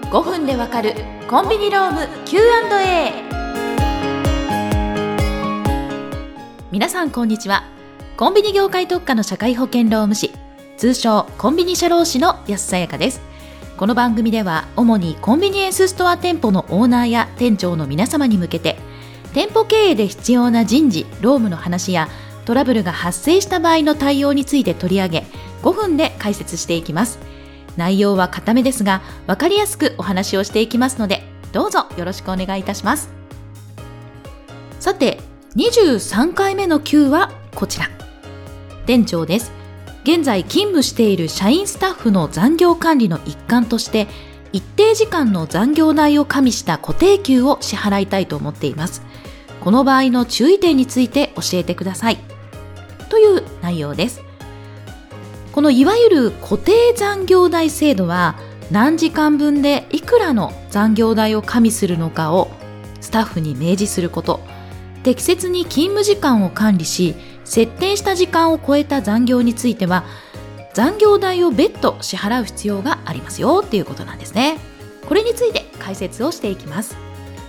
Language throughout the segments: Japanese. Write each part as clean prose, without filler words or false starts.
5分でわかるコンビニローム Q&A。 皆さんこんにちは。コンビニ業界特化の社会保険労務士、通称コンビニ社労士の安さやかです。この番組では主にコンビニエンスストア店舗のオーナーや店長の皆様に向けて、店舗経営で必要な人事・労務の話やトラブルが発生した場合の対応について取り上げ、5分で解説していきます。内容は固めですが分かりやすくお話をしていきますので、どうぞよろしくお願いいたします。さて、23回目の Q はこちら。店長です。現在勤務している社員スタッフの残業管理の一環として、一定時間の残業代を加味した固定給を支払いたいと思っています。この場合の注意点について教えてください。という内容です。このいわゆる固定残業代制度は、何時間分でいくらの残業代を加味するのかをスタッフに明示すること、適切に勤務時間を管理し、設定した時間を超えた残業については残業代を別途支払う必要がありますよっていうことなんですね。これについて解説をしていきます。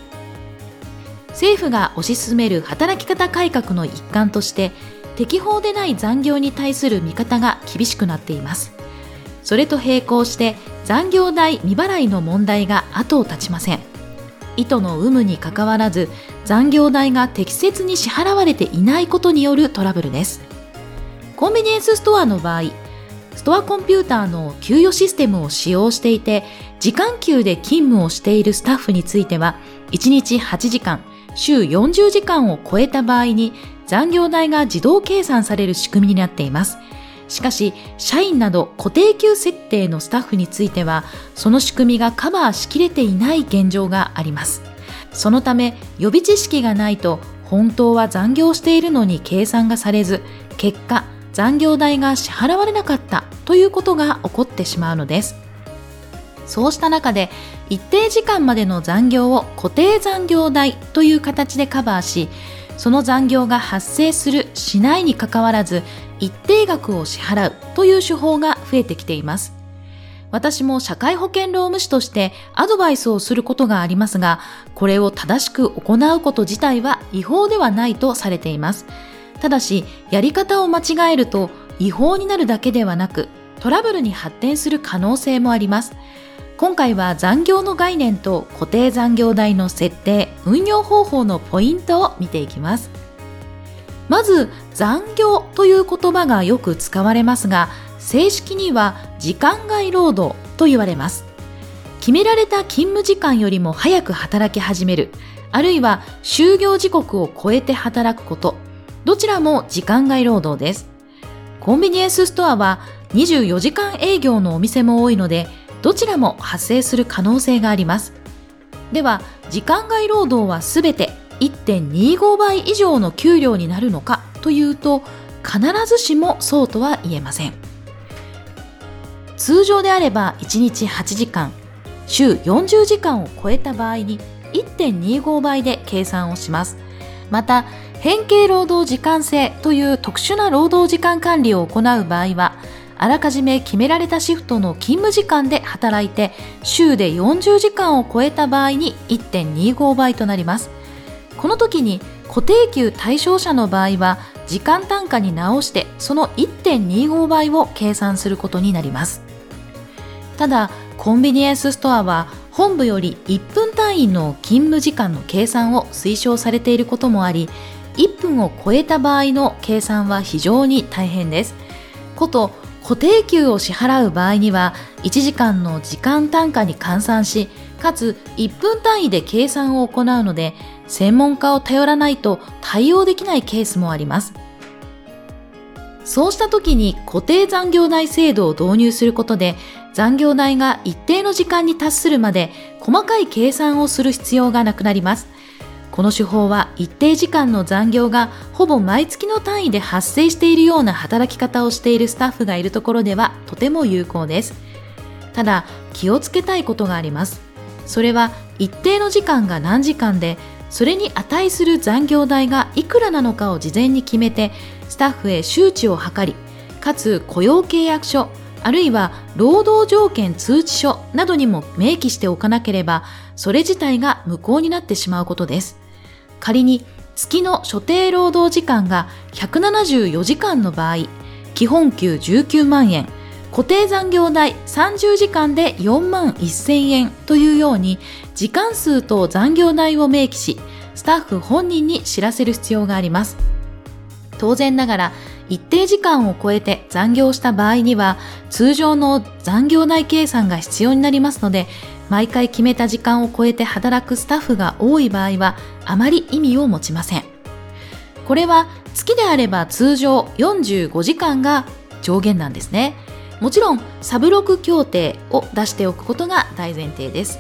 政府が推し進める働き方改革の一環として、適法でない残業に対する見方が厳しくなっています。それと並行して残業代未払いの問題が後を絶ちません。意図の有無にかかわらず残業代が適切に支払われていないことによるトラブルです。コンビニエンスストアの場合、ストアコンピューターの給与システムを使用していて、時間給で勤務をしているスタッフについては1日8時間、週40時間を超えた場合に残業代が自動計算される仕組みになっています。しかし、社員など固定給設定のスタッフについては、その仕組みがカバーしきれていない現状があります。そのため、予備知識がないと、本当は残業しているのに計算がされず、結果、残業代が支払われなかったということが起こってしまうのです。そうした中で、一定時間までの残業を固定残業代という形でカバーし、その残業が発生するしないにかかわらず一定額を支払うという手法が増えてきています。私も社会保険労務士としてアドバイスをすることがありますが、これを正しく行うこと自体は違法ではないとされています。ただし、やり方を間違えると違法になるだけではなく、トラブルに発展する可能性もあります。今回は残業の概念と固定残業代の設定・運用方法のポイントを見ていきます。まず、残業という言葉がよく使われますが、正式には時間外労働と言われます。決められた勤務時間よりも早く働き始める、あるいは就業時刻を超えて働くこと、どちらも時間外労働です。コンビニエンスストアは24時間営業のお店も多いので、どちらも発生する可能性があります。では、時間外労働はすべて 1.25 倍以上の給料になるのかというと、必ずしもそうとは言えません。通常であれば1日8時間、週40時間を超えた場合に 1.25 倍で計算をします。また、変形労働時間制という特殊な労働時間管理を行う場合は、あらかじめ決められたシフトの勤務時間で働いて、週で40時間を超えた場合に 1.25 倍となります。この時に固定給対象者の場合は、時間単価に直してその 1.25 倍を計算することになります。ただ、コンビニエンスストアは本部より1分単位の勤務時間の計算を推奨されていることもあり、1分を超えた場合の計算は非常に大変です。固定給を支払う場合には1時間の時間単価に換算し、かつ1分単位で計算を行うので、専門家を頼らないと対応できないケースもあります。そうした時に固定残業代制度を導入することで、残業代が一定の時間に達するまで細かい計算をする必要がなくなります。この手法は一定時間の残業がほぼ毎月の単位で発生しているような働き方をしているスタッフがいるところではとても有効です。ただ、気をつけたいことがあります。それは一定の時間が何時間で、それに値する残業代がいくらなのかを事前に決めて、スタッフへ周知を図り、かつ雇用契約書、 あるいは労働条件通知書などにも明記しておかなければ、それ自体が無効になってしまうことです。仮に月の所定労働時間が174時間の場合、基本給19万円、固定残業代30時間で4万1000円というように、時間数と残業代を明記し、スタッフ本人に知らせる必要があります。当然ながら、一定時間を超えて残業した場合には、通常の残業代計算が必要になりますので、毎回決めた時間を超えて働くスタッフが多い場合は、あまり意味を持ちません。これは月であれば通常45時間が上限なんですね。もちろんサブロク協定を出しておくことが大前提です。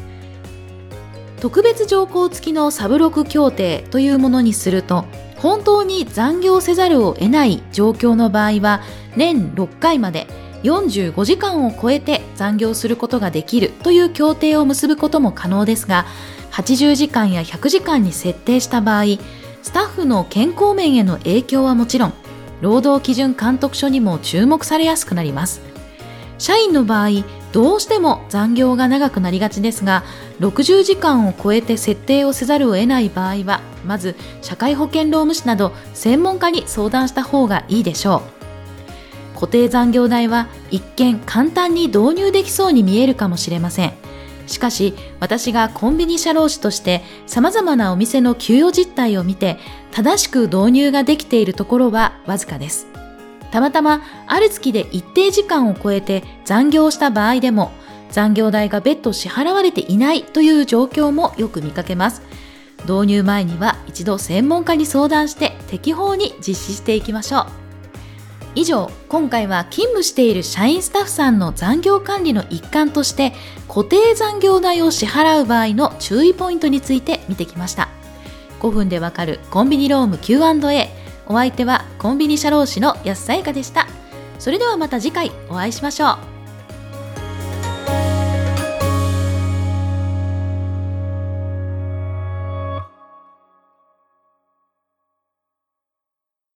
特別条項付きのサブロク協定というものにすると、本当に残業せざるを得ない状況の場合は、年6回まで45時間を超えて残業することができるという協定を結ぶことも可能ですが、80時間や100時間に設定した場合、スタッフの健康面への影響はもちろん、労働基準監督署にも注目されやすくなります。社員の場合、どうしても残業が長くなりがちですが、60時間を超えて設定をせざるを得ない場合は、まず社会保険労務士など専門家に相談した方がいいでしょう。固定残業代は一見簡単に導入できそうに見えるかもしれません。しかし、私がコンビニ社労士として様々なお店の給与実態を見て、正しく導入ができているところはわずかです。たまたまある月で一定時間を超えて残業した場合でも、残業代が別途支払われていないという状況もよく見かけます。導入前には一度専門家に相談して適法に実施していきましょう。以上、今回は勤務している社員スタッフさんの残業管理の一環として固定残業代を支払う場合の注意ポイントについて見てきました。5分でわかるコンビニ労務 Q&A。お相手はコンビニ社労士の安さやかでした。それではまた次回お会いしましょう。